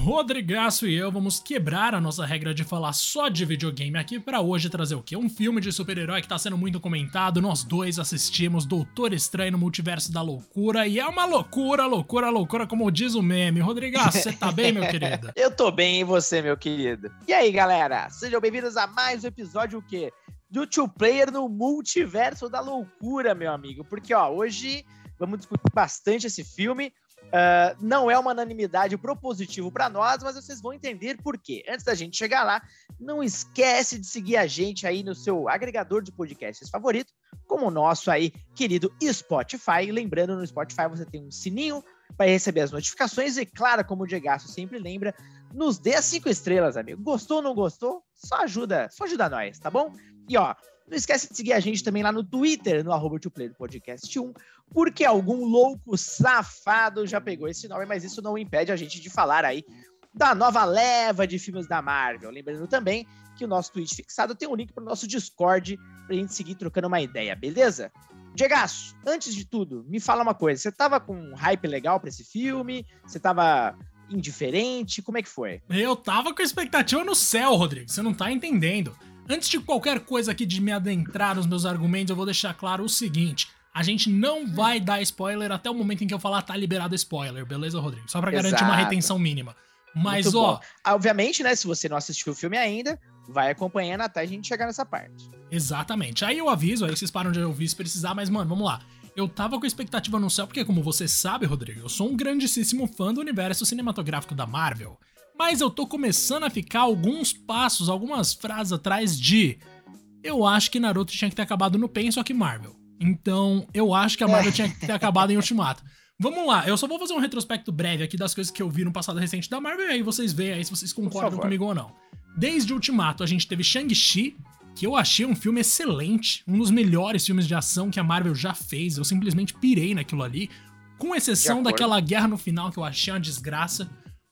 Rodrigaço e eu vamos quebrar a nossa regra de falar só de videogame aqui pra hoje trazer o quê? Um filme de super-herói que tá sendo muito comentado. Nós dois assistimos Doutor Estranho no Multiverso da Loucura e é uma loucura, como diz o meme. Rodrigaço, você tá bem, meu querido? Eu tô bem, e você, meu querido? E aí, galera? Sejam bem-vindos a mais um episódio o quê? Do Two Player no Multiverso da Loucura, meu amigo. Porque, hoje vamos discutir bastante esse filme. Não é uma unanimidade propositivo para nós, mas vocês vão entender por quê. Antes da gente chegar lá, não esquece de seguir a gente aí no seu agregador de podcasts favorito, como o nosso aí, querido Spotify. Lembrando, no Spotify você tem um sininho para receber as notificações e, claro, como o Diegaço sempre lembra, nos dê as 5 estrelas, amigo. Gostou ou não gostou? Só ajuda nós, tá bom? E, não esquece de seguir a gente também lá no Twitter, no @2playerpodcast1, porque algum louco safado já pegou esse nome, mas isso não impede a gente de falar aí da nova leva de filmes da Marvel. Lembrando também que o nosso tweet fixado tem um link para o nosso Discord pra gente seguir trocando uma ideia, beleza? Diegaço, antes de tudo, me fala uma coisa. Você tava com um hype legal pra esse filme? Você tava indiferente? Como é que foi? Eu tava com a expectativa no céu, Rodrigo. Você não tá entendendo. Antes de qualquer coisa aqui de me adentrar nos meus argumentos, eu vou deixar claro o seguinte. A gente não vai dar spoiler até o momento em que eu falar tá liberado spoiler, beleza, Rodrigo? Só pra garantir uma retenção mínima. Mas, obviamente, né, se você não assistiu o filme ainda, vai acompanhando até a gente chegar nessa parte. Exatamente. Aí eu aviso, aí vocês param de ouvir se precisar, mas, mano, vamos lá. Eu tava com expectativa no céu, porque, como você sabe, Rodrigo, eu sou um grandíssimo fã do universo cinematográfico da Marvel. Mas eu tô começando a ficar alguns passos, algumas frases atrás de... Eu acho que Naruto tinha que ter acabado no Pain, só que Marvel. Então, eu acho que a Marvel tinha que ter acabado em Ultimato. Vamos lá, eu só vou fazer um retrospecto breve aqui das coisas que eu vi no passado recente da Marvel, e aí vocês veem aí se vocês concordam comigo ou não. Desde Ultimato, a gente teve Shang-Chi, que eu achei um filme excelente, um dos melhores filmes de ação que a Marvel já fez, eu simplesmente pirei naquilo ali, com exceção daquela guerra no final que eu achei uma desgraça.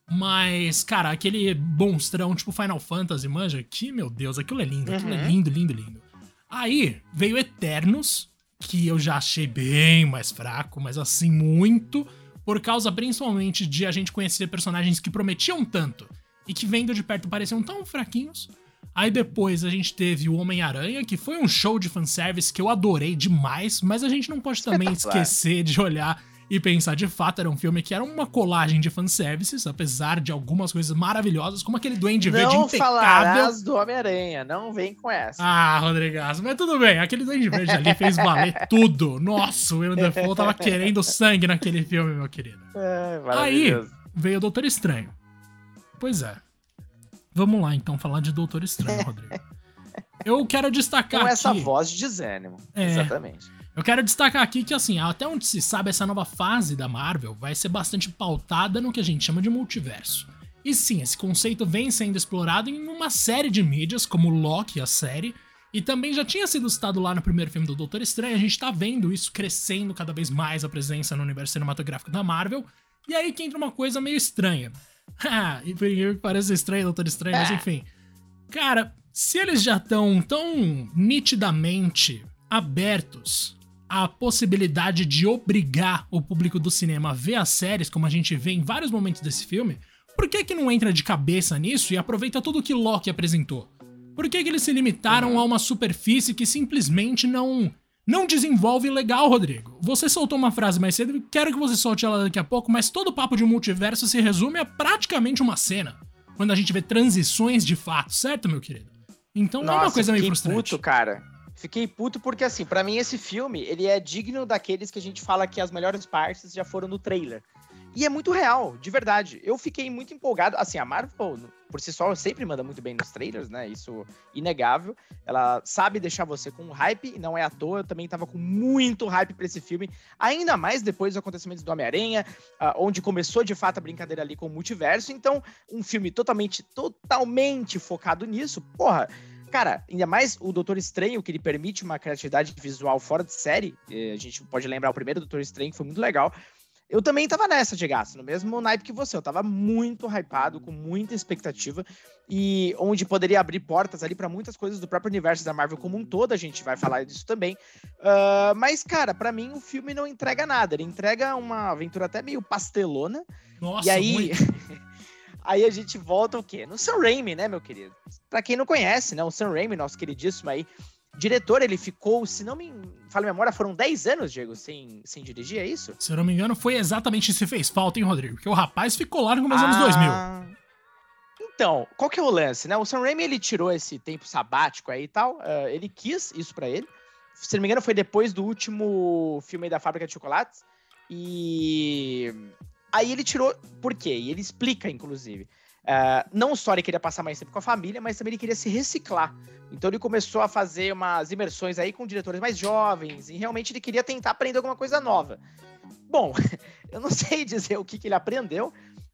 Mas, cara, aquele monstrão tipo Final Fantasy, manja, que, meu Deus, aquilo é lindo, aquilo é lindo, lindo, lindo. Aí, veio Eternos, que eu já achei bem mais fraco, mas assim, muito, por causa principalmente de a gente conhecer personagens que prometiam tanto e que vendo de perto pareciam tão fraquinhos. Aí depois a gente teve o Homem-Aranha, que foi um show de fanservice que eu adorei demais, mas a gente não pode também esquecer de olhar e pensar, de fato, era um filme que era uma colagem de fanservices, apesar de algumas coisas maravilhosas, como aquele Duende Verde impecável. Não falarás do Homem-Aranha, não vem com essa. Ah, Rodrigaço, mas tudo bem, aquele Duende Verde ali fez valer tudo. Nossa, o Willem Dafoe tava querendo sangue naquele filme, meu querido. Aí veio o Doutor Estranho. Pois é. Vamos lá, então, falar de Doutor Estranho, Rodrigo. Eu quero destacar com aqui... essa voz de desânimo, exatamente. Eu quero destacar aqui que, assim, até onde se sabe, essa nova fase da Marvel vai ser bastante pautada no que a gente chama de multiverso. E sim, esse conceito vem sendo explorado em uma série de mídias, como Loki, a série, e também já tinha sido citado lá no primeiro filme do Doutor Estranho, a gente tá vendo isso crescendo cada vez mais, a presença no universo cinematográfico da Marvel, e aí que entra uma coisa meio estranha. E por incrível que pareça estranho, Doutor Estranho, mas enfim. Cara, se eles já estão tão nitidamente abertos a possibilidade de obrigar o público do cinema a ver as séries, como a gente vê em vários momentos desse filme, por que não entra de cabeça nisso e aproveita tudo que Loki apresentou? Por que eles se limitaram a uma superfície que simplesmente não desenvolve legal, Rodrigo? Você soltou uma frase mais cedo, quero que você solte ela daqui a pouco, mas todo o papo de multiverso se resume a praticamente uma cena, quando a gente vê transições de fato, certo, meu querido? Então é uma coisa meio frustrante. Fiquei puto porque, assim, pra mim esse filme, ele é digno daqueles que a gente fala que as melhores partes já foram no trailer. E é muito real, de verdade. Eu fiquei muito empolgado. Assim, a Marvel, por si só, sempre manda muito bem nos trailers, né? Isso inegável. Ela sabe deixar você com hype, e não é à toa. Eu também tava com muito hype pra esse filme. Ainda mais depois dos acontecimentos do Homem-Aranha, onde começou, de fato, a brincadeira ali com o multiverso. Então, um filme totalmente focado nisso. Porra... Cara, ainda mais o Doutor Estranho, que ele permite uma criatividade visual fora de série. A gente pode lembrar o primeiro Doutor Estranho, que foi muito legal. Eu também tava nessa, Diegaço, no mesmo naipe que você. Eu tava muito hypado, com muita expectativa. E onde poderia abrir portas ali pra muitas coisas do próprio universo da Marvel como um todo. A gente vai falar disso também. Mas, cara, pra mim o filme não entrega nada. Ele entrega uma aventura até meio pastelona. Nossa, e aí... muito. Aí a gente volta o quê? No Sam Raimi, né, meu querido? Pra quem não conhece, né, o Sam Raimi, nosso queridíssimo aí, diretor, ele ficou, se não me falha a memória, foram 10 anos, Diego, sem dirigir, é isso? Se eu não me engano, foi exatamente isso que fez falta, hein, Rodrigo? Porque o rapaz ficou lá no começo dos anos 2000. Então, qual que é o lance, né? O Sam Raimi, ele tirou esse tempo sabático aí e tal, ele quis isso pra ele. Se não me engano, foi depois do último filme aí da Fábrica de Chocolates. E aí ele tirou por quê? E ele explica, inclusive. Não só ele queria passar mais tempo com a família, mas também ele queria se reciclar. Então ele começou a fazer umas imersões aí com diretores mais jovens, e realmente ele queria tentar aprender alguma coisa nova. Bom, eu não sei dizer o que ele aprendeu,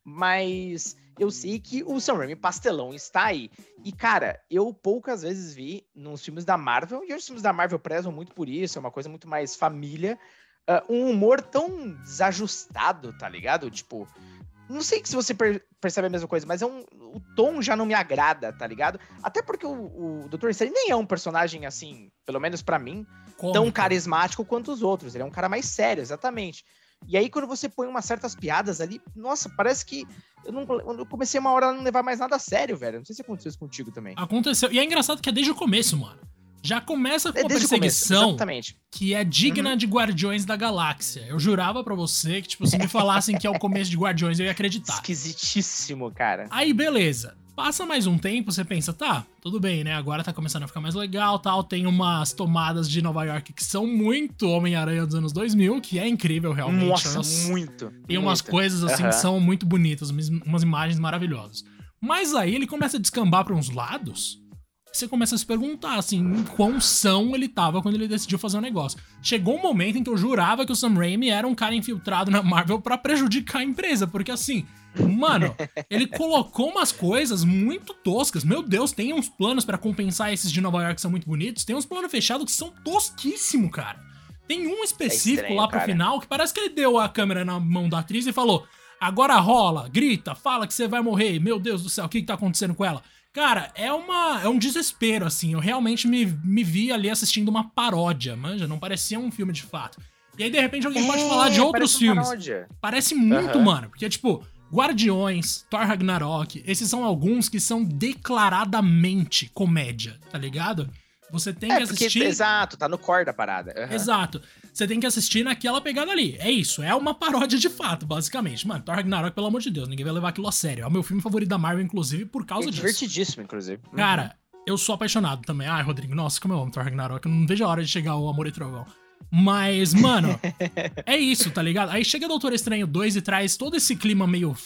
mas eu sei que o Sam Raimi pastelão está aí. E, cara, eu poucas vezes vi nos filmes da Marvel, e os filmes da Marvel prezam muito por isso, é uma coisa muito mais família, um humor tão desajustado, tá ligado? Tipo, não sei se você percebe a mesma coisa, mas o tom já não me agrada, tá ligado? Até porque o Dr. Strange nem é um personagem, assim, pelo menos pra mim, tão carismático quanto os outros. Ele é um cara mais sério, exatamente. E aí, quando você põe umas certas piadas ali, nossa, parece que eu comecei uma hora a não levar mais nada a sério, velho. Não sei se aconteceu isso contigo também. Aconteceu. E é engraçado que é desde o começo, mano. Já começa com uma perseguição que é digna de Guardiões da Galáxia. Eu jurava pra você que, tipo, se me falassem que é o começo de Guardiões, eu ia acreditar. Esquisitíssimo, cara. Aí, beleza. Passa mais um tempo, você pensa, tá, tudo bem, né? Agora tá começando a ficar mais legal, tal. Tem umas tomadas de Nova York que são muito Homem-Aranha dos anos 2000, que é incrível, realmente. Nossa, muito. Tem umas coisas, assim, que são muito bonitas, umas imagens maravilhosas. Mas aí ele começa a descambar pra uns lados... Você começa a se perguntar, assim, em quão são ele tava quando ele decidiu fazer o negócio. Chegou um momento em que eu jurava que o Sam Raimi era um cara infiltrado na Marvel pra prejudicar a empresa, porque assim, mano, ele colocou umas coisas muito toscas. Meu Deus, tem uns planos pra compensar esses de Nova York que são muito bonitos, tem uns planos fechados que são tosquíssimos, cara. Tem um específico estranho, lá pro final que parece que ele deu a câmera na mão da atriz e falou: agora rola, grita, fala que você vai morrer. Meu Deus do céu, o que tá acontecendo com ela? Cara, é um desespero, assim. Eu realmente me vi ali assistindo uma paródia, manja? Não parecia um filme de fato. E aí, de repente, alguém pode falar de outros filmes. Paródia. Parece muito, mano. Porque, tipo, Guardiões, Thor Ragnarok, esses são alguns que são declaradamente comédia, tá ligado? Você tem que assistir... Exato, tá no core da parada. Exato. Você tem que assistir naquela pegada ali. É isso, é uma paródia de fato, basicamente. Mano, Thor Ragnarok, pelo amor de Deus, ninguém vai levar aquilo a sério. É o meu filme favorito da Marvel, inclusive, por causa disso. Divertidíssimo, inclusive. Cara, eu sou apaixonado também. Ai, Rodrigo, nossa, como eu amo Thor Ragnarok. Eu não vejo a hora de chegar o Amor e Trovão. Mas, mano, é isso, tá ligado? Aí chega Doutor Estranho 2 e traz todo esse clima meio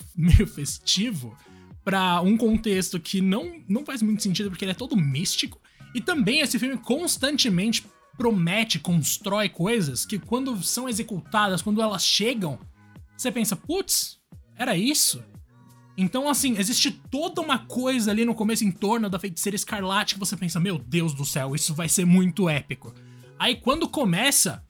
festivo pra um contexto que não faz muito sentido, porque ele é todo místico. E também esse filme constantemente promete, constrói coisas que quando são executadas, quando elas chegam, você pensa, putz, era isso? Então, assim, existe toda uma coisa ali no começo em torno da Feiticeira Escarlate que você pensa, meu Deus do céu, isso vai ser muito épico. Aí quando começa,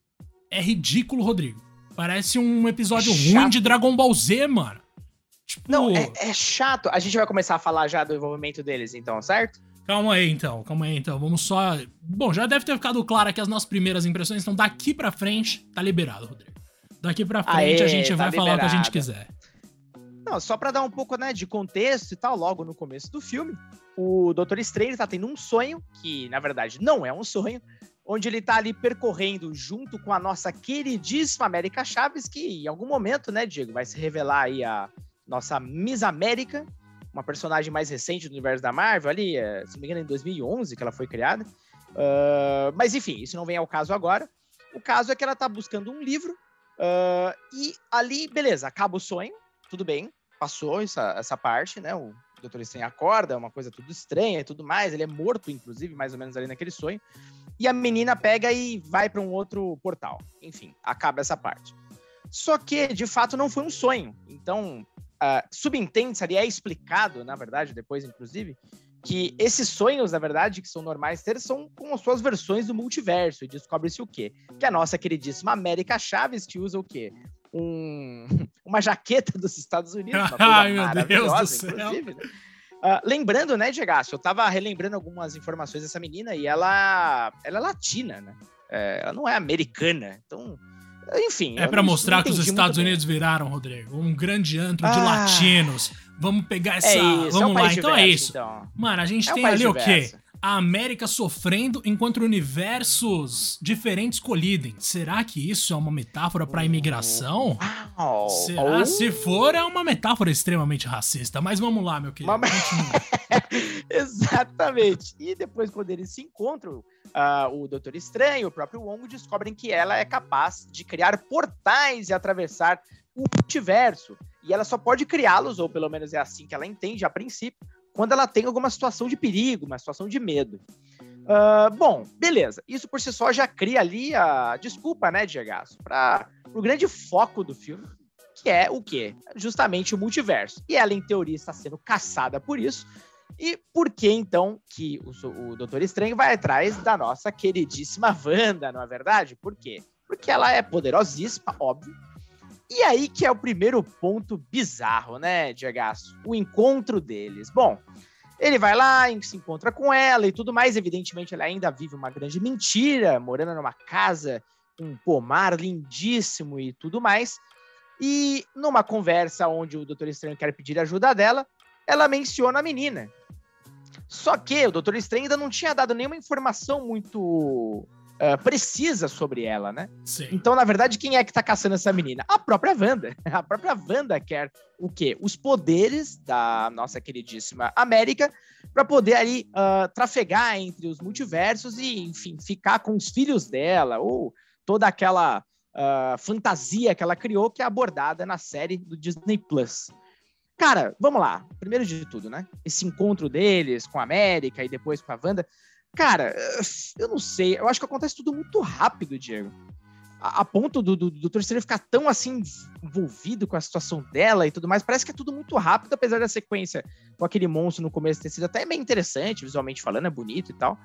é ridículo, Rodrigo. Parece um episódio ruim de Dragon Ball Z, mano. Tipo... Não, é chato. A gente vai começar a falar já do envolvimento deles, então, certo? Calma aí, então. Vamos só... Bom, já deve ter ficado claro que as nossas primeiras impressões, então daqui pra frente, tá liberado, Rodrigo. Daqui pra frente a gente vai falar o que a gente quiser. Não, só pra dar um pouco, né, de contexto e tal, logo no começo do filme, o Doutor Estrange tá tendo um sonho, que na verdade não é um sonho, onde ele tá ali percorrendo junto com a nossa queridíssima América Chaves, que em algum momento, né, Diego, vai se revelar aí a nossa Miss América, uma personagem mais recente do universo da Marvel, ali, se não me engano, em 2011 que ela foi criada. Mas enfim, isso não vem ao caso agora. O caso é que ela tá buscando um livro e ali, beleza, acaba o sonho, tudo bem, passou essa parte, né? O Doutor Estranho acorda, é uma coisa tudo estranha e tudo mais, ele é morto, inclusive, mais ou menos ali naquele sonho. E a menina pega e vai para um outro portal. Enfim, acaba essa parte. Só que, de fato, não foi um sonho. Então, subentende-se ali, é explicado, na verdade, depois, inclusive, que esses sonhos, na verdade, que são normais ter, são com as suas versões do multiverso. E descobre-se o quê? Que a nossa queridíssima América Chaves, que usa o quê? Uma jaqueta dos Estados Unidos. Uma coisa ai, meu Deus do céu. Inclusive, né? Lembrando, né, Diego, eu tava relembrando algumas informações dessa menina e ela é latina, né? Ela não é americana. Então, enfim. É pra mostrar que os Estados Unidos viraram, Rodrigo, um grande antro de latinos. Vamos pegar essa... É isso, Vamos é um lá, país então diverso, é isso. então. Mano, a gente É um tem país ali o diverso. quê? A América sofrendo enquanto universos diferentes colidem. Será que isso é uma metáfora pra imigração? Uau. Será? Se for, é uma metáfora extremamente racista. Mas vamos lá, meu querido. Continua. Exatamente. E depois, quando eles se encontram, o Doutor Estranho e o próprio Wong descobrem que ela é capaz de criar portais e atravessar o multiverso. E ela só pode criá-los, ou pelo menos é assim que ela entende a princípio, quando ela tem alguma situação de perigo, uma situação de medo. Bom, beleza. Isso por si só já cria ali a desculpa, né, Diego, para o grande foco do filme, que é o quê? Justamente o multiverso. E ela, em teoria, está sendo caçada por isso. E por que, então, que o Doutor Estranho vai atrás da nossa queridíssima Wanda, não é verdade? Por quê? Porque ela é poderosíssima, óbvio. E aí que é o primeiro ponto bizarro, né, Diego? O encontro deles. Bom, ele vai lá e se encontra com ela e tudo mais. Evidentemente, ela ainda vive uma grande mentira, morando numa casa, um pomar lindíssimo e tudo mais. E numa conversa onde o Doutor Estranho quer pedir ajuda dela, ela menciona a menina. Só que o Doutor Estranho ainda não tinha dado nenhuma informação muito precisa sobre ela, né? Sim. Então, na verdade, quem é que tá caçando essa menina? A própria Wanda. A própria Wanda quer o quê? Os poderes da nossa queridíssima América para poder ali trafegar entre os multiversos e, enfim, ficar com os filhos dela ou toda aquela fantasia que ela criou que é abordada na série do Disney Plus. Cara, vamos lá. Primeiro de tudo, né? Esse encontro deles com a América e depois com a Wanda. Cara, eu não sei. Eu acho que acontece tudo muito rápido, Diego. A ponto do Doutor Estranho ficar tão, assim, envolvido com a situação dela e tudo mais. Parece que é tudo muito rápido, apesar da sequência com aquele monstro no começo ter sido até bem interessante, visualmente falando, é bonito e tal.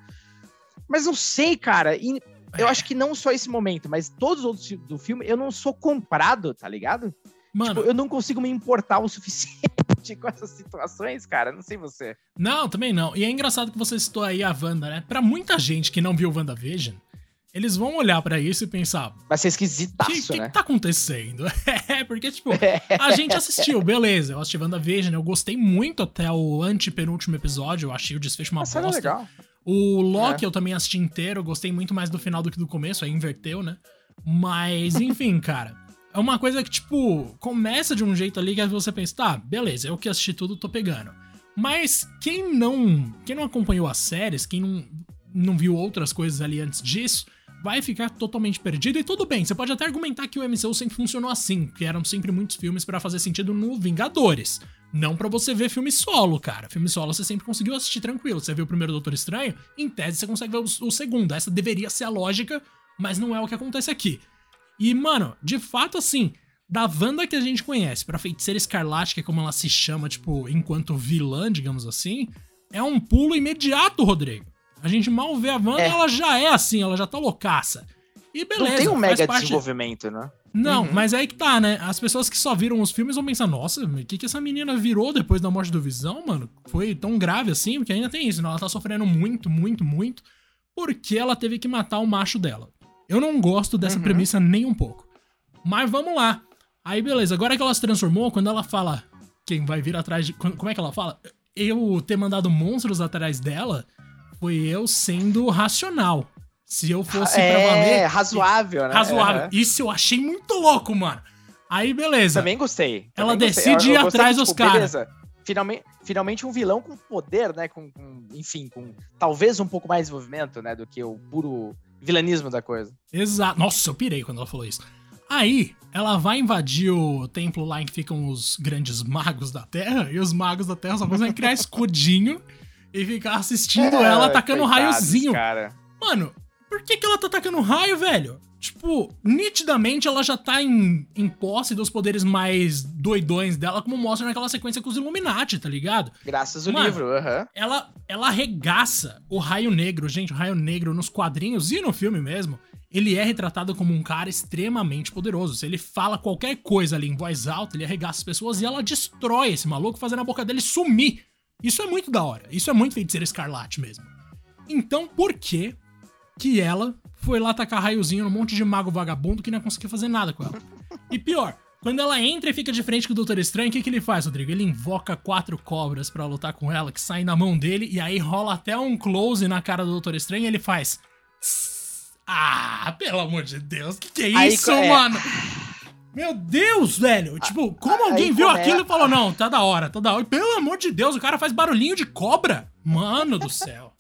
Mas não sei, cara. E eu acho que não só esse momento, mas todos os outros do filme, eu não sou comprado, tá ligado? Mano, Tipo, eu não consigo me importar o suficiente com essas situações, cara. Não sei você. Não, também não. E é engraçado que você citou aí a Wanda, né? Pra muita gente que não viu WandaVision, eles vão olhar pra isso e pensar... Vai ser esquisitaço, né? O que tá acontecendo? Porque, tipo, a gente assistiu, beleza. Eu assisti WandaVision, eu gostei muito até o antepenúltimo episódio. Eu achei o desfecho uma bosta. Legal. O Loki eu também assisti inteiro. Eu gostei muito mais do final do que do começo. Aí inverteu, né? Mas, enfim, cara... É uma coisa que, tipo, começa de um jeito ali que você pensa, tá, beleza, eu que assisti tudo, tô pegando. Mas quem não acompanhou as séries, quem não viu outras coisas ali antes disso, vai ficar totalmente perdido. E tudo bem, você pode até argumentar que o MCU sempre funcionou assim, que eram sempre muitos filmes pra fazer sentido no Vingadores. Não pra você ver filme solo, cara. Filme solo você sempre conseguiu assistir tranquilo. Você viu o primeiro Doutor Estranho, em tese você consegue ver o segundo. Essa deveria ser a lógica, mas não é o que acontece aqui. E, mano, de fato, assim, da Wanda que a gente conhece pra Feiticeira Escarlate, que é como ela se chama, tipo, enquanto vilã, digamos assim, é um pulo imediato, Rodrigo. A gente mal vê a Wanda, ela já é assim, ela já tá loucaça. E beleza, não tem um mega parte... desenvolvimento, né? Não, mas aí que tá, né? As pessoas que só viram os filmes vão pensar, nossa, o que essa menina virou depois da morte do Visão, mano? Foi tão grave assim, porque ainda tem isso, né? Ela tá sofrendo muito, muito, muito, porque ela teve que matar o macho dela. Eu não gosto dessa premissa nem um pouco. Mas vamos lá. Aí, beleza. Agora que ela se transformou, quando ela fala quem vai vir atrás de... Como é que ela fala? Eu ter mandado monstros atrás dela foi eu sendo racional. Se eu fosse pra valer... razoável, né? Razoável. Isso eu achei muito louco, mano. Aí, beleza. Também gostei. Ela decide ir atrás dos caras. Beleza. Finalmente um vilão com poder, né? Enfim, com talvez um pouco mais de desenvolvimento, né? Do que o puro... vilanismo da coisa. Exato. Nossa, eu pirei quando ela falou isso. Aí, ela vai invadir o templo lá em que ficam os grandes magos da Terra, e os magos da Terra só conseguem criar escudinho e ficar assistindo ela atacando raiozinho. Cara. Mano, por que ela tá atacando raio, velho? Tipo, nitidamente ela já tá em posse dos poderes mais doidões dela, como mostra naquela sequência com os Illuminati, tá ligado? Graças ao Mano, livro, Ela arregaça o Raio Negro, gente, o Raio Negro nos quadrinhos e no filme mesmo, ele é retratado como um cara extremamente poderoso. Se ele fala qualquer coisa ali em voz alta, ele arregaça as pessoas e ela destrói esse maluco, fazendo a boca dele sumir. Isso é muito da hora, isso é muito Feiticeira Escarlate mesmo. Então, por que ela foi lá tacar raiozinho num monte de mago vagabundo que não conseguia fazer nada com ela? E pior, Quando ela entra e fica de frente com o Doutor Estranho, o que ele faz, Rodrigo? Ele invoca 4 cobras pra lutar com ela, que saem na mão dele, e aí rola até um close na cara do Doutor Estranho e ele faz... Ah, pelo amor de Deus, que é isso, mano? Meu Deus, velho. Tipo, como alguém viu aquilo e falou, não, tá da hora, tá da hora. Pelo amor de Deus, o cara faz barulhinho de cobra. Mano do céu.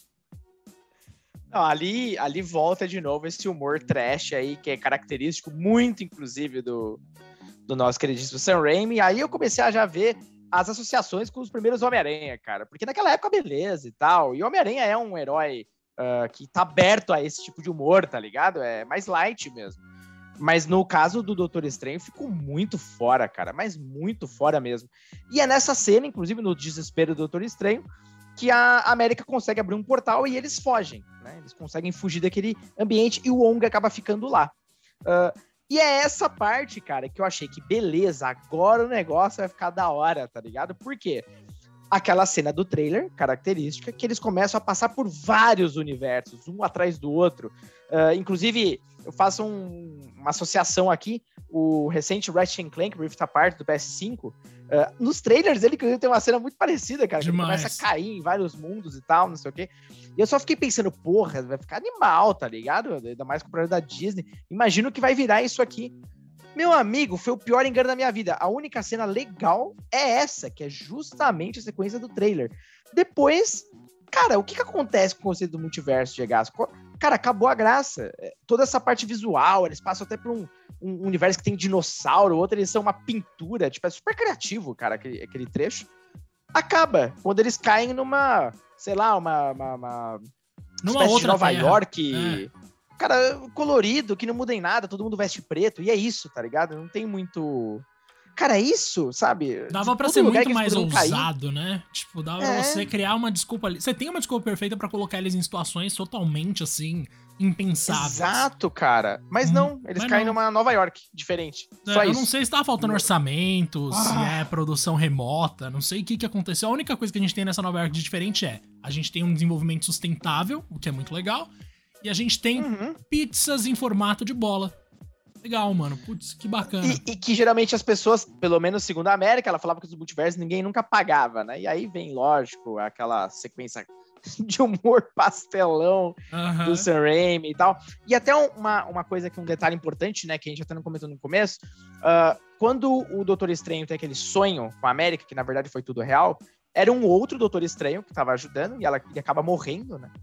Não, ali volta de novo esse humor trash aí, que é característico, muito inclusive, do nosso queridíssimo Sam Raimi. Aí eu comecei a já ver as associações com os primeiros Homem-Aranha, cara. Porque naquela época, beleza e tal. E Homem-Aranha é um herói que tá aberto a esse tipo de humor, tá ligado? É mais light mesmo. Mas no caso do Doutor Estranho, ficou muito fora, cara. Mas muito fora mesmo. E é nessa cena, inclusive no desespero do Doutor Estranho, que a América consegue abrir um portal e eles fogem, né? Eles conseguem fugir daquele ambiente e o Wong acaba ficando lá. E é essa parte, cara, que eu achei que beleza, agora o negócio vai ficar da hora, tá ligado? Por quê? Aquela cena do trailer, característica, que eles começam a passar por vários universos, um atrás do outro. Inclusive, eu faço uma associação aqui, o recente Ratchet & Clank Rift Apart do PS5, nos trailers ele inclusive tem uma cena muito parecida, cara, que ele começa a cair em vários mundos e tal, não sei o quê. E eu só fiquei pensando, porra, vai ficar animal, tá ligado? Ainda mais com o projeto da Disney. Imagino que vai virar isso aqui. Meu amigo, foi o pior engano da minha vida. A única cena legal é essa, que é justamente a sequência do trailer. Depois, cara, o que acontece com o conceito do multiverso, Diego? Cara, acabou a graça. Toda essa parte visual, eles passam até por um universo que tem dinossauro, outro eles são uma pintura, tipo, é super criativo, cara, aquele trecho. Acaba quando eles caem numa, sei lá, uma numa outra de Nova terra. York... Cara, colorido, que não muda em nada, todo mundo veste preto, e é isso, tá ligado? Não tem muito... Cara, é isso, sabe? Dava pra ser muito mais ousado, né? Tipo, dava pra você criar uma desculpa ali. Você tem uma desculpa perfeita pra colocar eles em situações totalmente, assim, impensáveis. Exato, cara. Mas não, eles caem numa Nova York diferente. Só eu isso. não sei se tava faltando orçamento, se é produção remota, não sei o que aconteceu. A única coisa que a gente tem nessa Nova York de diferente é a gente tem um desenvolvimento sustentável, o que é muito legal, e a gente tem pizzas em formato de bola. Legal, mano. Putz, que bacana. E que geralmente as pessoas, pelo menos segundo a América, ela falava que os multiversos ninguém nunca pagava, né? E aí vem, lógico, aquela sequência de humor pastelão do Sam Raimi e tal. E até uma coisa que um detalhe importante, né, que a gente até não comentou no começo, quando o Doutor Estranho tem aquele sonho com a América, que na verdade foi tudo real, era um outro Doutor Estranho que tava ajudando e ele acaba morrendo, né?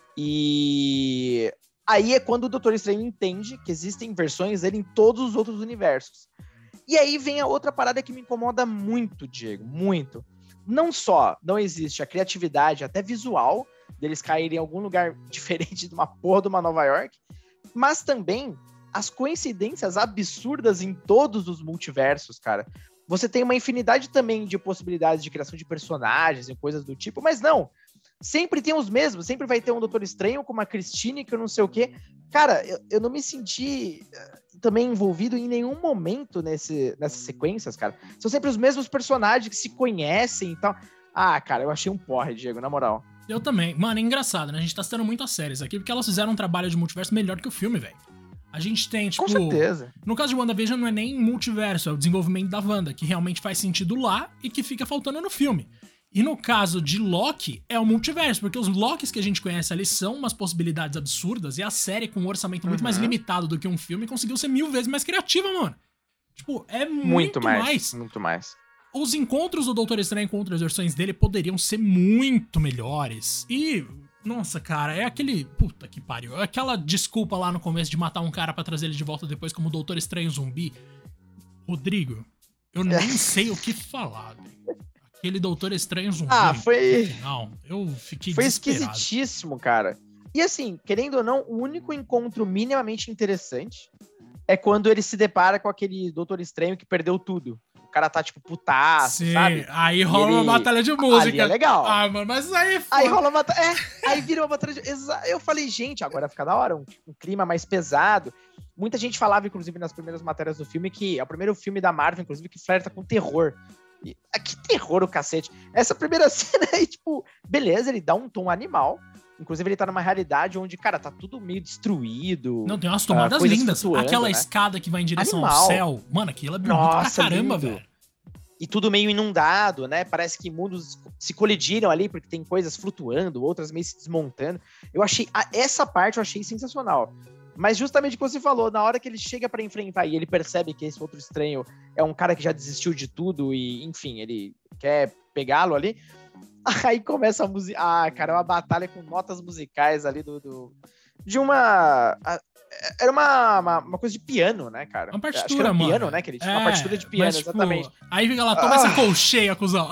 E aí é quando o Doutor Estranho entende que existem versões dele em todos os outros universos. E aí vem a outra parada que me incomoda muito, Diego, muito. Não só não existe a criatividade, até visual, deles caírem em algum lugar diferente de uma porra de uma Nova York, mas também as coincidências absurdas em todos os multiversos, cara. Você tem uma infinidade também de possibilidades de criação de personagens e coisas do tipo, mas não. Sempre tem os mesmos, sempre vai ter um Doutor Estranho com uma Christine que eu não sei o quê. Cara, eu não me senti também envolvido em nenhum momento nessas sequências, cara. São sempre os mesmos personagens que se conhecem e tal. Ah, cara, eu achei um porre, Diego, na moral. Eu também. Mano, é engraçado, né? A gente tá citando muito as séries aqui, porque elas fizeram um trabalho de multiverso melhor que o filme, velho. A gente tem, tipo... Com certeza. No caso de WandaVision, não é nem multiverso, é o desenvolvimento da Wanda, que realmente faz sentido lá e que fica faltando no filme. E no caso de Loki, é o multiverso, porque os Lokis que a gente conhece ali são umas possibilidades absurdas, e a série, com um orçamento muito mais limitado do que um filme, conseguiu ser 1000 vezes mais criativa, mano. Tipo, é muito mais. Muito mais. Os encontros do Doutor Estranho com outras versões dele poderiam ser muito melhores. E, nossa, cara, é aquele... Puta que pariu. É aquela desculpa lá no começo de matar um cara pra trazer ele de volta depois como Doutor Estranho zumbi. Rodrigo, eu nem sei o que falar, velho. Aquele Doutor Estranho zumbi. Não, eu fiquei Foi desesperado. esquisitíssimo, cara. E assim, querendo ou não, o único encontro minimamente interessante é quando ele se depara com aquele Doutor Estranho que perdeu tudo. O cara tá, tipo, putaço, sim, sabe? Aí rola uma batalha de música. Ali é legal. Ah, mano, mas aí... Aí rola uma... aí vira uma batalha de... Eu falei, gente, agora fica da hora, um clima mais pesado. Muita gente falava, inclusive, nas primeiras matérias do filme, que é o primeiro filme da Marvel, inclusive, que flerta com terror. Que terror o cacete. Essa primeira cena aí, tipo, beleza, ele dá um tom animal, Inclusive, ele tá numa realidade onde, cara, tá tudo meio destruído. Não, tem umas tomadas lindas. Aquela né? escada que vai em direção Animal. ao céu. Mano, aquilo é bonito pra caramba, lindo. velho. E tudo meio inundado, né? Parece que mundos se colidiram ali, porque tem coisas flutuando, outras meio se desmontando. Essa parte eu achei sensacional. Mas justamente o que você falou, na hora que ele chega pra enfrentar e ele percebe que esse outro estranho é um cara que já desistiu de tudo e, enfim, ele quer pegá-lo ali, aí começa a música. Ah, cara, é uma batalha com notas musicais ali de uma. Era uma coisa de piano, né, cara? Uma partitura, mano. Piano, né? Que ele tinha uma partitura de piano, mas, tipo, exatamente. Aí fica lá, toma essa colcheia, cuzão.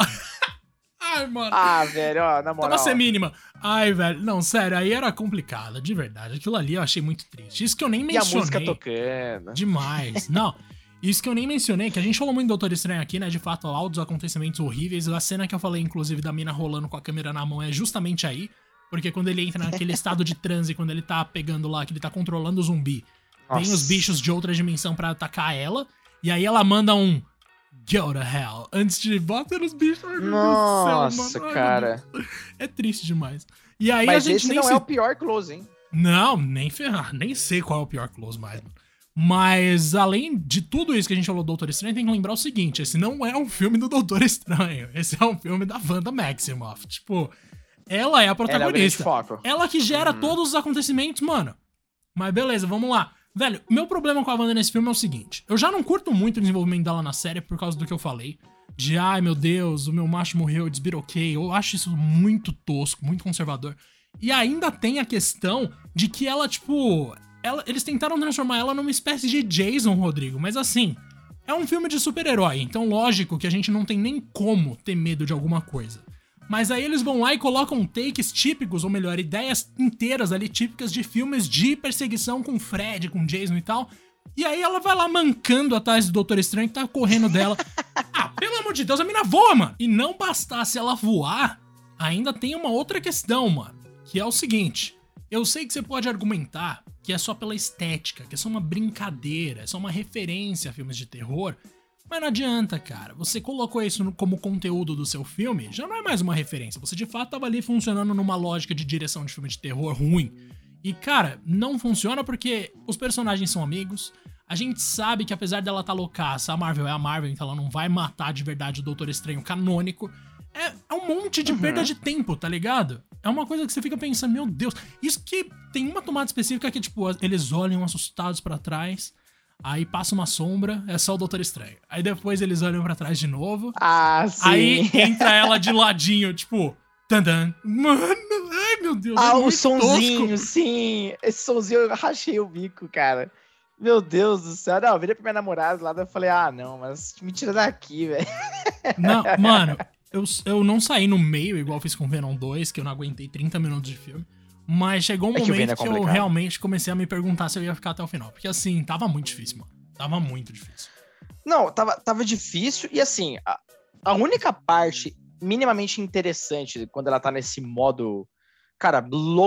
Ai, mano. Ah, velho, ó, na moral. Toma semínima. Ai, velho. Não, sério, aí era complicado, de verdade. Aquilo ali eu achei muito triste. Isso que eu nem mencionei. E a música tocando. Demais. Não. Isso que eu nem mencionei, que a gente falou muito do Doutor Estranho aqui, né? De fato, altos acontecimentos horríveis. A cena que eu falei, inclusive, da mina rolando com a câmera na mão é justamente aí. Porque quando ele entra naquele estado de transe, quando ele tá pegando lá, que ele tá controlando o zumbi, vem os bichos de outra dimensão pra atacar ela. E aí ela manda um go to hell antes de bater nos bichos. Ai, nossa, céu, mano. cara. É triste demais. E aí mas a gente esse nem não é o pior close, hein? Não, nem ferrar. Nem sei qual é o pior close mais, mano. Mas, além de tudo isso que a gente falou do Doutor Estranho, tem que lembrar o seguinte: esse não é um filme do Doutor Estranho. Esse é um filme da Wanda Maximoff. Tipo, ela é a protagonista. Ela que gera todos os acontecimentos, mano. Mas beleza, vamos lá. Velho, meu problema com a Wanda nesse filme é o seguinte: eu já não curto muito o desenvolvimento dela na série por causa do que eu falei. De, ai meu Deus, o meu macho morreu, eu desbiroquei. Eu acho isso muito tosco, muito conservador. E ainda tem a questão de que ela, tipo... eles tentaram transformar ela numa espécie de Jason, Rodrigo. Mas assim, é um filme de super-herói. Então lógico que a gente não tem nem como ter medo de alguma coisa. Mas aí eles vão lá e colocam takes típicos, ou melhor, ideias inteiras ali típicas de filmes de perseguição com Fred, com Jason e tal. E aí ela vai lá mancando atrás do Doutor Estranho que tá correndo dela. Ah, pelo amor de Deus, a mina voa, mano! E não bastasse ela voar, ainda tem uma outra questão, mano. Que é o seguinte: eu sei que você pode argumentar que é só pela estética, que é só uma brincadeira, é só uma referência a filmes de terror. Mas não adianta, cara. Você colocou isso como conteúdo do seu filme, já não é mais uma referência. Você de fato tava ali funcionando numa lógica de direção de filme de terror ruim. E, cara, não funciona porque os personagens são amigos. A gente sabe que apesar dela tá loucaça, a Marvel é a Marvel, então ela não vai matar de verdade o Doutor Estranho canônico. É um monte de perda de tempo, tá ligado? É uma coisa que você fica pensando, meu Deus. Isso que tem uma tomada específica que, tipo, eles olham assustados pra trás, aí passa uma sombra, é só o Doutor Estranho. Aí depois eles olham pra trás de novo. Ah, sim. Aí entra ela de ladinho, tipo... Tandan. Mano, ai meu Deus. Ah, o sonzinho, tosco. Sim. Esse sonzinho eu rachei o bico, cara. Meu Deus do céu. Não, eu virei pra minha namorada lá, eu falei, ah, não, mas me tira daqui, velho. Não, mano, eu não saí no meio, igual eu fiz com Venom 2, que eu não aguentei 30 minutos de filme. Mas chegou um momento que eu realmente comecei a me perguntar se eu ia ficar até o final. Porque assim, tava muito difícil, mano. Tava muito difícil. Não, tava difícil. E assim, a única parte minimamente interessante quando ela tá nesse modo, cara,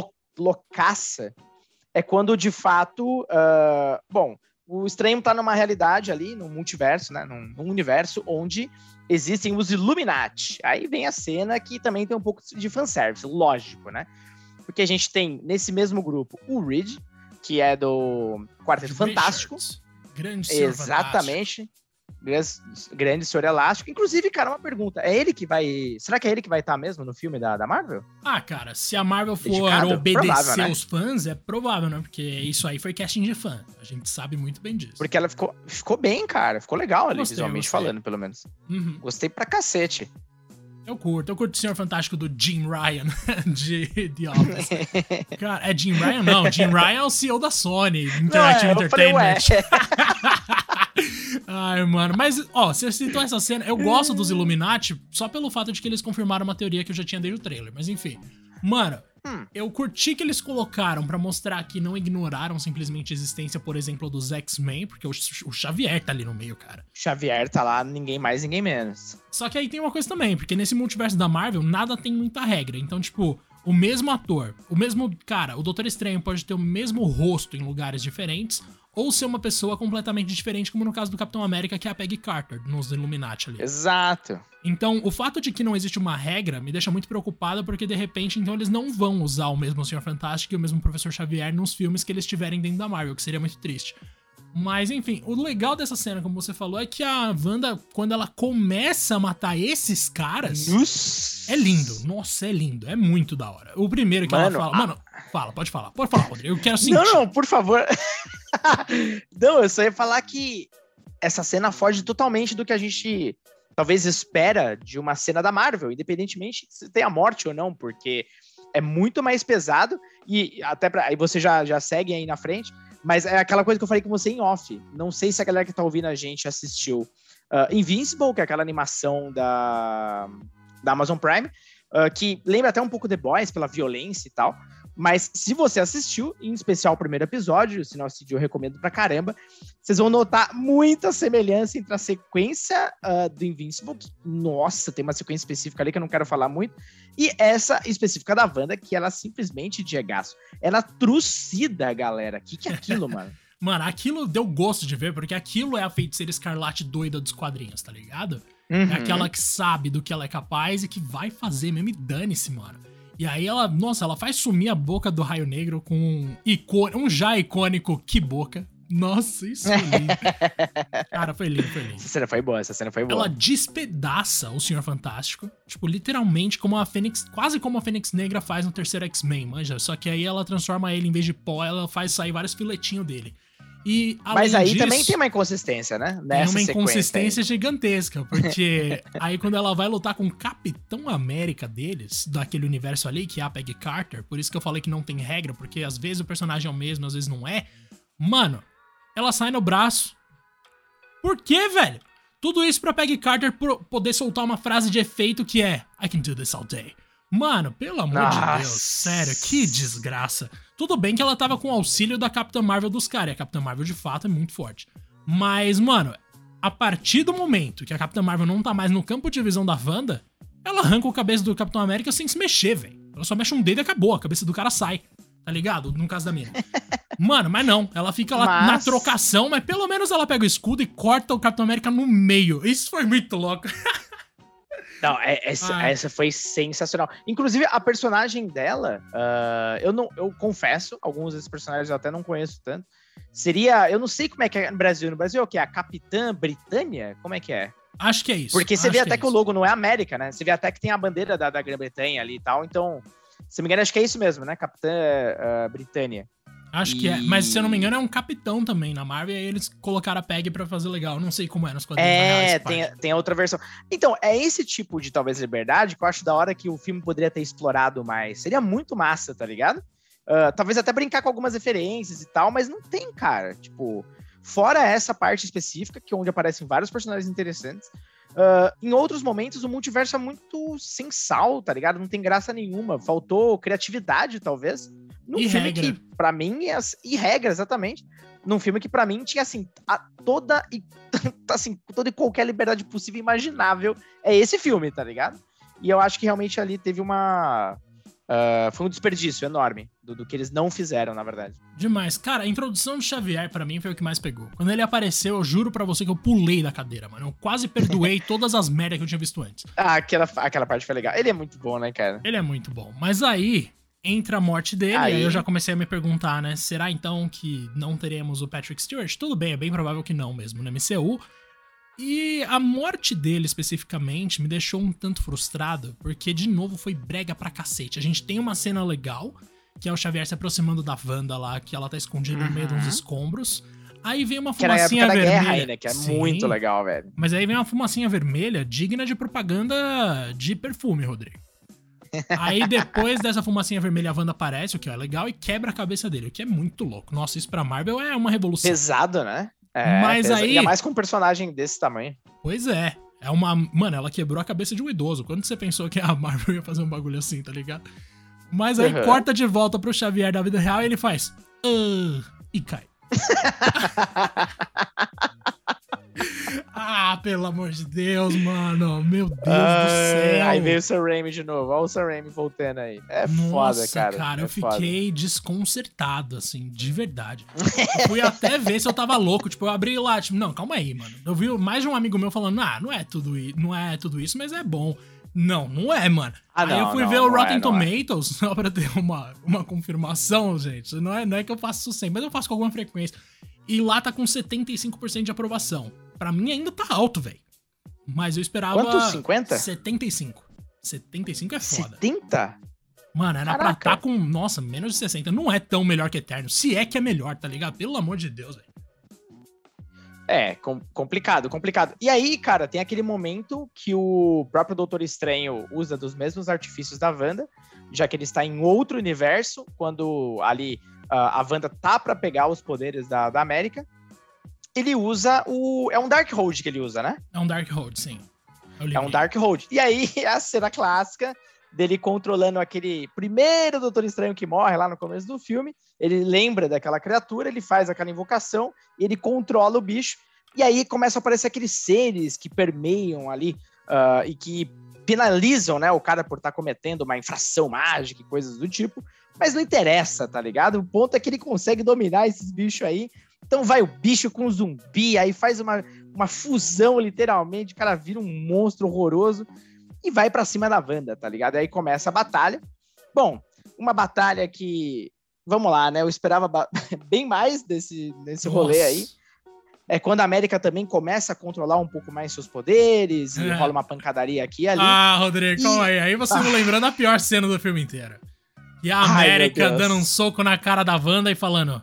loucaça, é quando de fato, bom, o Estranho tá numa realidade ali, num multiverso, né, num universo onde existem os Illuminati. Aí vem a cena que também tem um pouco de fanservice, lógico, né, porque a gente tem nesse mesmo grupo o Reed, que é do Quarteto Fantástico. Grande senhor. Exatamente. Fantástico. Grande senhor elástico. Inclusive, cara, uma pergunta. É ele que vai... Será que é ele que vai estar mesmo no filme da Marvel? Ah, cara, se a Marvel for obedecer provável, né? Os fãs, é provável, né? Porque isso aí foi casting de fã. A gente sabe muito bem disso. Porque ela ficou bem, cara. Ficou legal ali, visualmente falando, pelo menos. Uhum. Gostei pra cacete. Eu curto o Senhor Fantástico do Jim Ryan, de The Office. Cara, é Jim Ryan? Não, Jim Ryan é o CEO da Sony, Interactive Entertainment. Ai, mano, mas, ó, você citou essa cena, eu gosto dos Illuminati só pelo fato de que eles confirmaram uma teoria que eu já tinha desde o trailer, mas enfim. Mano, eu curti que eles colocaram pra mostrar que não ignoraram simplesmente a existência, por exemplo, dos X-Men, porque o Xavier tá ali no meio, cara. O Xavier tá lá, ninguém mais, ninguém menos. Só que aí tem uma coisa também, porque nesse multiverso da Marvel, nada tem muita regra. Então, tipo, o mesmo ator, o mesmo cara, o Doutor Estranho pode ter o mesmo rosto em lugares diferentes, ou ser uma pessoa completamente diferente, como no caso do Capitão América, que é a Peggy Carter, nos Illuminati ali. Exato. Então, o fato de que não existe uma regra me deixa muito preocupado, porque de repente, então, eles não vão usar o mesmo Senhor Fantástico e o mesmo Professor Xavier nos filmes que eles tiverem dentro da Marvel, que seria muito triste. Mas, enfim, o legal dessa cena, como você falou, é que a Wanda, quando ela começa a matar esses caras, é lindo. Nossa, é lindo. É muito da hora. O primeiro que ela fala... Mano, pode falar. Pode falar, Rodrigo. Eu quero sentir. Não, por favor. Não, eu só ia falar que essa cena foge totalmente do que a gente talvez espera de uma cena da Marvel, independentemente se tem a morte ou não, porque é muito mais pesado e até aí você já segue aí na frente. Mas é aquela coisa que eu falei com você em off. Não sei se a galera que tá ouvindo a gente assistiu Invincible, que é aquela animação da Amazon Prime, que lembra até um pouco The Boys pela violência e tal. Mas se você assistiu, em especial o primeiro episódio, se não assistiu, eu recomendo pra caramba, vocês vão notar muita semelhança entre a sequência do Invincible, que, nossa, tem uma sequência específica ali que eu não quero falar muito, e essa específica da Wanda, que ela simplesmente, Diegaço, ela trucida a galera. Que é aquilo, mano? Mano, aquilo deu gosto de ver, porque aquilo é a Feiticeira Escarlate doida dos quadrinhos, tá ligado? Uhum. É aquela que sabe do que ela é capaz e que vai fazer mesmo, e dane-se, mano. E aí ela, nossa, ela faz sumir a boca do Raio Negro com um já icônico que boca. Nossa, isso foi lindo. Cara, foi lindo. Essa cena foi boa. Ela despedaça o Senhor Fantástico, tipo, literalmente como a Fênix, quase como a Fênix Negra faz no terceiro X-Men, manja? Só que aí ela transforma ele, em vez de pó, ela faz sair vários filetinhos dele. E, mas aí disso, também tem uma inconsistência, né? Tem uma inconsistência gigantesca, porque aí quando ela vai lutar com o Capitão América deles, daquele universo ali, que é a Peggy Carter, por isso que eu falei que não tem regra, porque às vezes o personagem é o mesmo, às vezes não é. Mano, ela sai no braço. Por quê, velho? Tudo isso pra Peggy Carter poder soltar uma frase de efeito que é I can do this all day. Mano, pelo amor de Deus, sério, que desgraça. Tudo bem que ela tava com o auxílio da Capitã Marvel dos caras, e a Capitã Marvel de fato é muito forte. Mas, mano, a partir do momento que a Capitã Marvel não tá mais no campo de visão da Wanda, ela arranca a cabeça do Capitão América sem se mexer, velho. Ela só mexe um dedo e acabou, a cabeça do cara sai, tá ligado? No caso da mina. Mano, mas não, ela fica lá na trocação, mas pelo menos ela pega o escudo e corta o Capitão América no meio. Isso foi muito louco. Não, essa foi sensacional. Inclusive, a personagem dela, eu confesso, alguns desses personagens eu até não conheço tanto. Seria, eu não sei como é que é no Brasil. No Brasil é o quê? A Capitã Britânia? Como é que é? Acho que é isso. Porque você vê até que o logo não é América, né? Você vê até que tem a bandeira da Grã-Bretanha ali e tal. Então, se não me engano, acho que é isso mesmo, né? Capitã Britânia. Acho que é, mas se eu não me engano é um capitão também na Marvel, e aí eles colocaram a Peggy pra fazer legal, não sei como é nos quadrinhos. Tem a outra versão. Então, é esse tipo de, talvez, liberdade que eu acho da hora que o filme poderia ter explorado mais. Seria muito massa, tá ligado? Talvez até brincar com algumas referências e tal, mas não tem, cara. Tipo, fora essa parte específica, que é onde aparecem vários personagens interessantes, em outros momentos o multiverso é muito sem sal, tá ligado? Não tem graça nenhuma, faltou criatividade, talvez. Num filme regra. que, pra mim, e regra, exatamente. Num filme que, pra mim, tinha, assim, toda e qualquer liberdade possível e imaginável. É esse filme, tá ligado? E eu acho que realmente ali teve foi um desperdício enorme do que eles não fizeram, na verdade. Demais. Cara, a introdução do Xavier, pra mim, foi o que mais pegou. Quando ele apareceu, eu juro pra você que eu pulei da cadeira, mano. Eu quase perdoei todas as merdas que eu tinha visto antes. Aquela parte foi legal. Ele é muito bom, né, cara? Ele é muito bom. Mas aí entra a morte dele, e aí eu já comecei a me perguntar, né? Será então que não teremos o Patrick Stewart? Tudo bem, é bem provável que não mesmo no MCU. E a morte dele, especificamente, me deixou um tanto frustrado, porque, de novo, foi brega pra cacete. A gente tem uma cena legal, que é o Xavier se aproximando da Wanda lá, que ela tá escondida no meio de uns escombros. Aí vem uma fumacinha vermelha. Que era a época da guerra ainda, que é muito legal, velho. Mas aí vem uma fumacinha vermelha digna de propaganda de perfume, Rodrigo. Aí depois dessa fumacinha vermelha a Wanda aparece, o que é legal, e quebra a cabeça dele, o que é muito louco. Nossa, isso pra Marvel é uma revolução. Pesado, né? Mas aí... Ainda mais com um personagem desse tamanho. Pois é. Mano, ela quebrou a cabeça de um idoso. Quando você pensou que a Marvel ia fazer um bagulho assim, tá ligado? Mas aí corta de volta pro Xavier da vida real e ele faz... e cai. Ah, pelo amor de Deus, mano. Meu Deus do céu. Aí veio o Sam Raimi de novo. Olha o Sam Raimi voltando aí. É Nossa, foda, cara. Eu fiquei desconcertado, assim, de verdade. Eu fui até ver se eu tava louco. Tipo, eu abri lá, tipo, não, calma aí, mano. Eu vi mais de um amigo meu falando, não é tudo isso, mas é bom. Não é, mano. Aí eu fui ver o Rotten Tomatoes, só pra ter uma confirmação, gente. Não é que eu faço isso sempre, mas eu faço com alguma frequência. E lá tá com 75% de aprovação. Pra mim ainda tá alto, velho. Mas eu esperava... Quanto? 50? 75. 75 é foda. 70? Mano, era pra tá com, nossa, menos de 60. Não é tão melhor que Eterno. Se é que é melhor, tá ligado? Pelo amor de Deus, velho. É, complicado. E aí, cara, tem aquele momento que o próprio Doutor Estranho usa dos mesmos artifícios da Wanda, já que ele está em outro universo, quando ali a Wanda tá pra pegar os poderes da América. Ele usa é um Darkhold que ele usa, né? É um Darkhold, sim. É um Darkhold. E aí, a cena clássica dele controlando aquele primeiro Doutor Estranho que morre lá no começo do filme. Ele lembra daquela criatura, ele faz aquela invocação, e ele controla o bicho. E aí começam a aparecer aqueles seres que permeiam ali e que penalizam, né, o cara por estar cometendo uma infração mágica e coisas do tipo. Mas não interessa, tá ligado? O ponto é que ele consegue dominar esses bichos aí. Então vai o bicho com o zumbi, aí faz uma fusão, literalmente, o cara vira um monstro horroroso e vai pra cima da Wanda, tá ligado? Aí começa a batalha. Bom, uma batalha que, vamos lá, né? Eu esperava bem mais nesse rolê aí. É quando a América também começa a controlar um pouco mais seus poderes e rola uma pancadaria aqui e ali. Ah, Rodrigo, calma aí. Aí você me lembrando a pior cena do filme inteiro. E a América dando um soco na cara da Wanda e falando,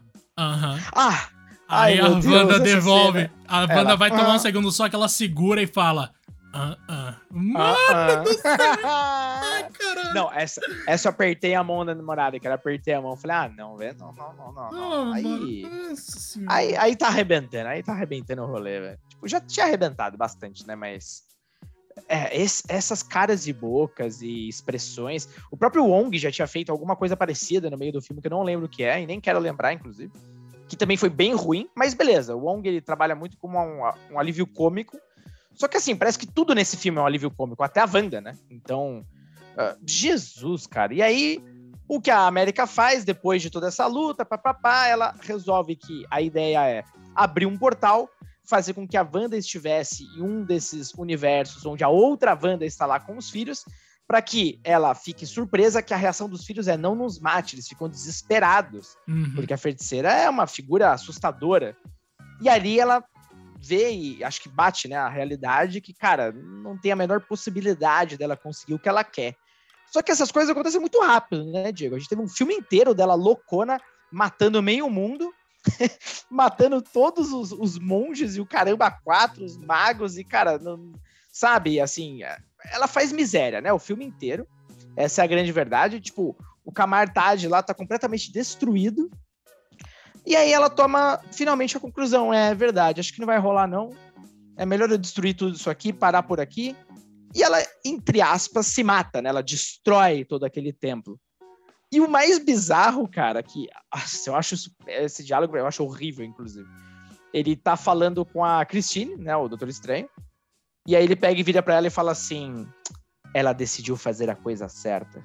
Aí a Wanda devolve. A Wanda vai tomar um segundo só que ela segura e fala... Mano do céu! Ai, caralho! Não, essa eu apertei a mão da namorada, que ela apertei a mão. Falei, não, velho, não. Aí tá arrebentando o rolê, velho. Tipo, já tinha arrebentado bastante, né, mas... essas caras e bocas e expressões... O próprio Wong já tinha feito alguma coisa parecida no meio do filme, que eu não lembro o que é, e nem quero lembrar, inclusive. Que também foi bem ruim, mas beleza. O Wong, ele trabalha muito como um alívio cômico. Só que assim, parece que tudo nesse filme é um alívio cômico, até a Wanda, né? Então, Jesus, cara. E aí, o que a América faz depois de toda essa luta, ela resolve que a ideia é abrir um portal, fazer com que a Wanda estivesse em um desses universos onde a outra Wanda está lá com os filhos, para que ela fique surpresa que a reação dos filhos é não nos mate, eles ficam desesperados, porque a feiticeira é uma figura assustadora. E ali ela vê e acho que bate, né, a realidade que, cara, não tem a menor possibilidade dela conseguir o que ela quer. Só que essas coisas acontecem muito rápido, né, Diego? A gente teve um filme inteiro dela loucona, matando meio mundo, matando todos os monges e o caramba 4, os magos, e, cara, não, sabe, assim, ela faz miséria, né, o filme inteiro. Essa é a grande verdade. Tipo, o Kamar-Taj lá tá completamente destruído. E aí ela toma, finalmente, a conclusão. É verdade, acho que não vai rolar, não. É melhor eu destruir tudo isso aqui, parar por aqui. E ela, entre aspas, se mata, né? Ela destrói todo aquele templo. E o mais bizarro, cara, que... Nossa, eu acho esse diálogo, eu acho horrível, inclusive. Ele tá falando com a Christine, né? O Doutor Estranho. E aí ele pega e vira pra ela e fala assim... Ela decidiu fazer a coisa certa.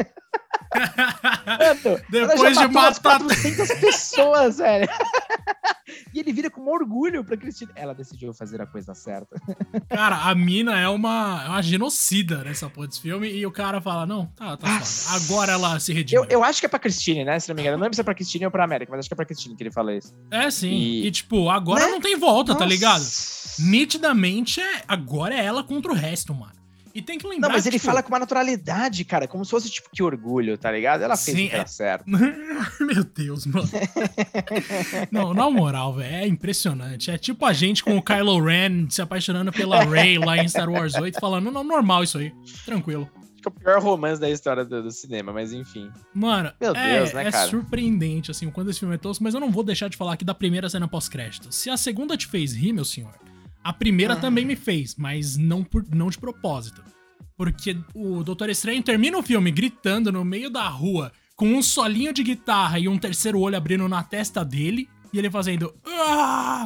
Depois de matar 400 pessoas, velho. E ele vira com orgulho pra Cristina. Ela decidiu fazer a coisa certa. Cara, a mina é uma genocida nessa porra desse filme. E o cara fala, não, tá foda. Agora ela se redimiu. Eu acho que é pra Christine, né? Se não me engano. Eu não lembro se é pra Christine ou pra América, mas acho que é pra Christine que ele fala isso. É, sim. E tipo, agora não tem volta, tá ligado? Nitidamente, agora é ela contra o resto, mano. E tem que lembrar. Não, mas ele fala com uma naturalidade, cara, como se fosse tipo que orgulho, tá ligado? Ela fez o que era certo. Meu Deus, mano. Não, na moral, velho, é impressionante. É tipo a gente com o Kylo Ren se apaixonando pela Rey lá em Star Wars 8, falando, não, normal isso aí, tranquilo. Acho que é o pior romance da história do cinema, mas enfim. Mano, meu Deus, né, cara? É surpreendente, assim, o quanto esse filme é tosco, mas eu não vou deixar de falar aqui da primeira cena pós-crédito. Se a segunda te fez rir, meu senhor, a primeira também me fez, mas não de propósito. Porque o Doutor Estranho termina o filme gritando no meio da rua, com um solinho de guitarra e um terceiro olho abrindo na testa dele, e ele fazendo...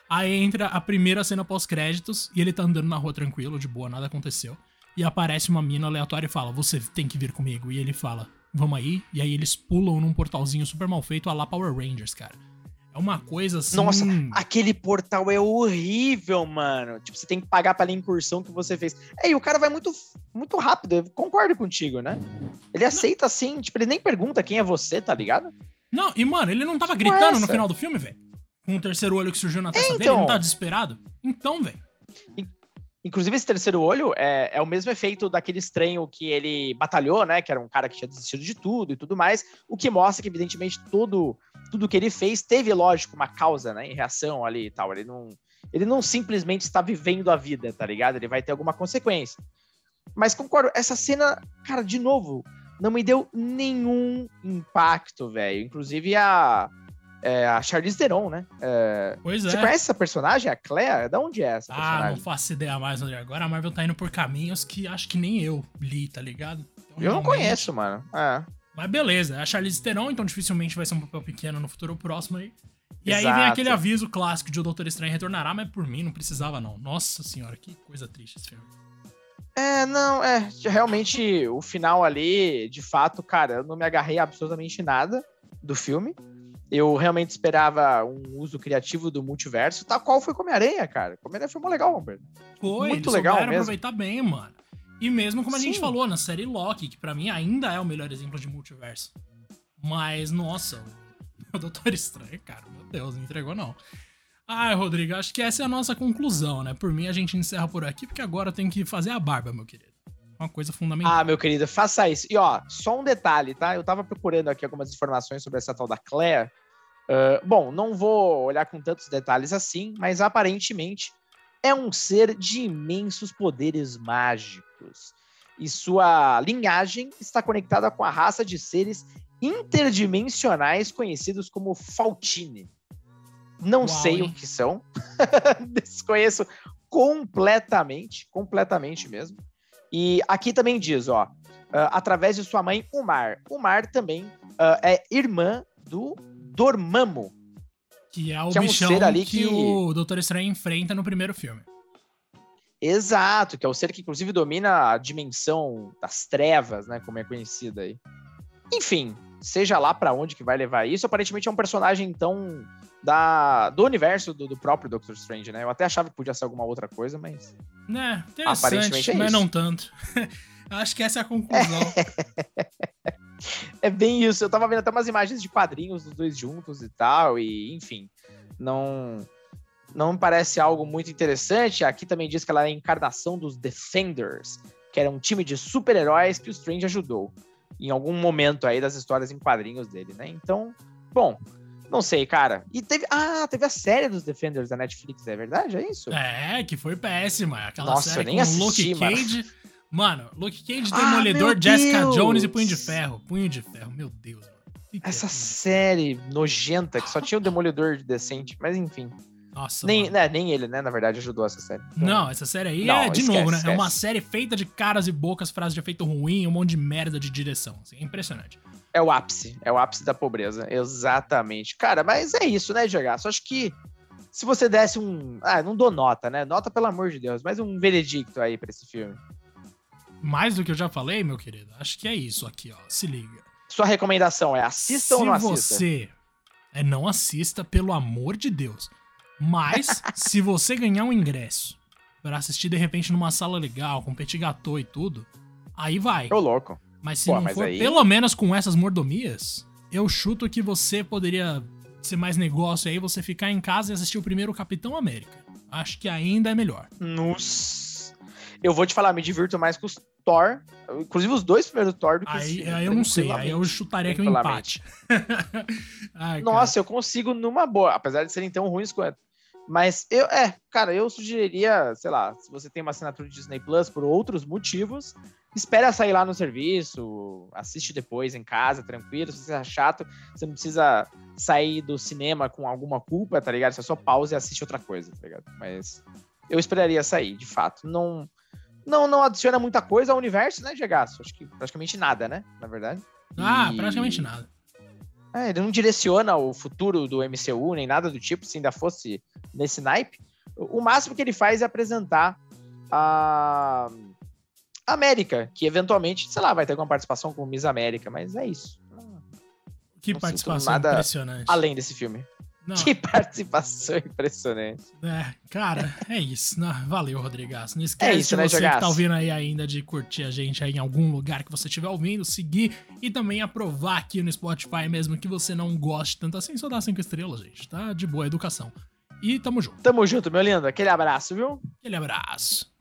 Aí entra a primeira cena pós-créditos e ele tá andando na rua tranquilo, de boa, nada aconteceu. E aparece uma mina aleatória e fala, você tem que vir comigo. E ele fala, vamos aí. E aí eles pulam num portalzinho super mal feito, a lá Power Rangers, cara. É uma coisa assim... Nossa, aquele portal é horrível, mano. Tipo, você tem que pagar pela incursão que você fez. E o cara vai muito, muito rápido, eu concordo contigo, né? Ele aceita assim, tipo, ele nem pergunta quem é você, tá ligado? Não, e mano, ele não tava gritando no final do filme, velho? Com o terceiro olho que surgiu na testa dele, ele não tá desesperado? Então, velho. Inclusive, esse terceiro olho é o mesmo efeito daquele estranho que ele batalhou, né? Que era um cara que tinha desistido de tudo e tudo mais. O que mostra que, evidentemente, tudo que ele fez teve, lógico, uma causa, né? Em reação ali e tal. Ele não simplesmente está vivendo a vida, tá ligado? Ele vai ter alguma consequência. Mas concordo, essa cena, cara, de novo, não me deu nenhum impacto, velho. Inclusive a Charlize Theron, né? Pois é. Você conhece essa personagem, a Claire? Da onde é essa personagem? Não faço ideia mais, André. Agora a Marvel tá indo por caminhos que acho que nem eu li, tá ligado? Então, eu não conheço, mano. Mas beleza, a Charlize Theron, então dificilmente vai ser um papel pequeno no futuro próximo aí. E Exato. aí vem aquele aviso clássico de o Doutor Estranho retornará, mas por mim não precisava não. Nossa senhora, que coisa triste esse filme. Realmente o final ali, de fato, cara, eu não me agarrei a absolutamente nada do filme. Eu realmente esperava um uso criativo do multiverso, tal qual foi com Homem-Aranha, cara. Homem-Aranha foi muito legal, Roberto. Foi, muito eles legal mesmo. Aproveitar bem, mano. E mesmo como a Sim. gente falou na série Loki, que pra mim ainda é o melhor exemplo de multiverso. Mas, nossa, o Doutor Estranho, cara, meu Deus, não entregou não. Ai, Rodrigo, acho que essa é a nossa conclusão, né? Por mim, a gente encerra por aqui, porque agora tem que fazer a barba, meu querido. Uma coisa fundamental. Meu querido, faça isso. E, ó, só um detalhe, tá? Eu tava procurando aqui algumas informações sobre essa tal da Claire. Bom, não vou olhar com tantos detalhes assim, mas aparentemente é um ser de imensos poderes mágicos. E sua linhagem está conectada com a raça de seres interdimensionais conhecidos como Faltine. Não sei o que são. Desconheço completamente mesmo. E aqui também diz, ó, através de sua mãe, Umar. Umar também é irmã do Dormammu. Que é o que bichão é um ser ali que o Doutor Estranho enfrenta no primeiro filme. Exato, que é o ser que inclusive domina a dimensão das trevas, né, como é conhecida aí. Enfim, seja lá pra onde que vai levar isso, aparentemente é um personagem, então, do universo do próprio Doctor Strange, né? Eu até achava que podia ser alguma outra coisa, mas... Interessante, aparentemente mas isso. Não tanto. Acho que essa é a conclusão. É bem isso, eu tava vendo até umas imagens de quadrinhos dos dois juntos e tal, e enfim, não me parece algo muito interessante. Aqui também diz que ela é a encarnação dos Defenders, que era um time de super-heróis que o Strange ajudou em algum momento aí das histórias em quadrinhos dele, né? Então, bom, não sei, cara. E teve a série dos Defenders da Netflix, é verdade? É isso? Que foi péssima. Aquela Nossa, série nem com assisti, Luke Cage. Mano, Luke Cage, Demolidor, meu Jessica Deus! Jones e Punho de Ferro. Punho de Ferro, meu Deus, mano. Essa série nojenta, que só tinha o Demolidor decente, mas enfim. Nossa, nem ele, né, na verdade, ajudou essa série. Então, não, essa série aí esquece, novo, né? esquece. É uma série feita de caras e bocas, frases de efeito ruim, um monte de merda de direção. Assim, é impressionante. É o ápice da pobreza, exatamente. Cara, mas é isso, né, GH? Só acho que se você desse não dou nota, né? Nota, pelo amor de Deus, mas um veredicto aí pra esse filme. Mais do que eu já falei, meu querido, acho que é isso aqui, ó. Se liga. Sua recomendação é assista ou não assista? Se você não assista, pelo amor de Deus. Mas, se você ganhar um ingresso pra assistir, de repente, numa sala legal, com petit gâteau e tudo, aí vai. Ô, louco. Mas se não for, pelo menos com essas mordomias, eu chuto que você poderia ser mais negócio aí, você ficar em casa e assistir o primeiro Capitão América. Acho que ainda é melhor. Nossa. Eu vou te falar, me divirto mais com os Thor, inclusive os dois primeiros Thor do que esse filme. Aí eu não sei, aí eu chutaria que é um empate. Nossa, eu consigo numa boa, apesar de serem tão ruins quanto. Mas eu sugeriria, sei lá, se você tem uma assinatura de Disney Plus por outros motivos, espera sair lá no serviço, assiste depois em casa, tranquilo. Se você achar chato, você não precisa sair do cinema com alguma culpa, tá ligado? Você só pausa e assiste outra coisa, tá ligado? Mas eu esperaria sair, de fato. Não adiciona muita coisa ao universo, né, Gegaço? Acho que praticamente nada, né? Na verdade. Praticamente nada. Ele não direciona o futuro do MCU, nem nada do tipo, se ainda fosse nesse naipe. O máximo que ele faz é apresentar a América, que eventualmente, sei lá, vai ter alguma participação com Miss América, mas é isso. Que Não participação nada impressionante. além desse filme. Não, Que participação impressionante. cara, é isso. Não, valeu, Rodrigaço. Não esquece isso, de né, você que Jogaço? tá ouvindo aí ainda de curtir a gente aí em algum lugar que você estiver ouvindo, seguir e também aprovar aqui no Spotify, mesmo que você não goste tanto assim, só dá 5 estrelas, gente, tá? De boa educação. E tamo junto. Tamo junto, meu lindo. Aquele abraço, viu? Aquele abraço.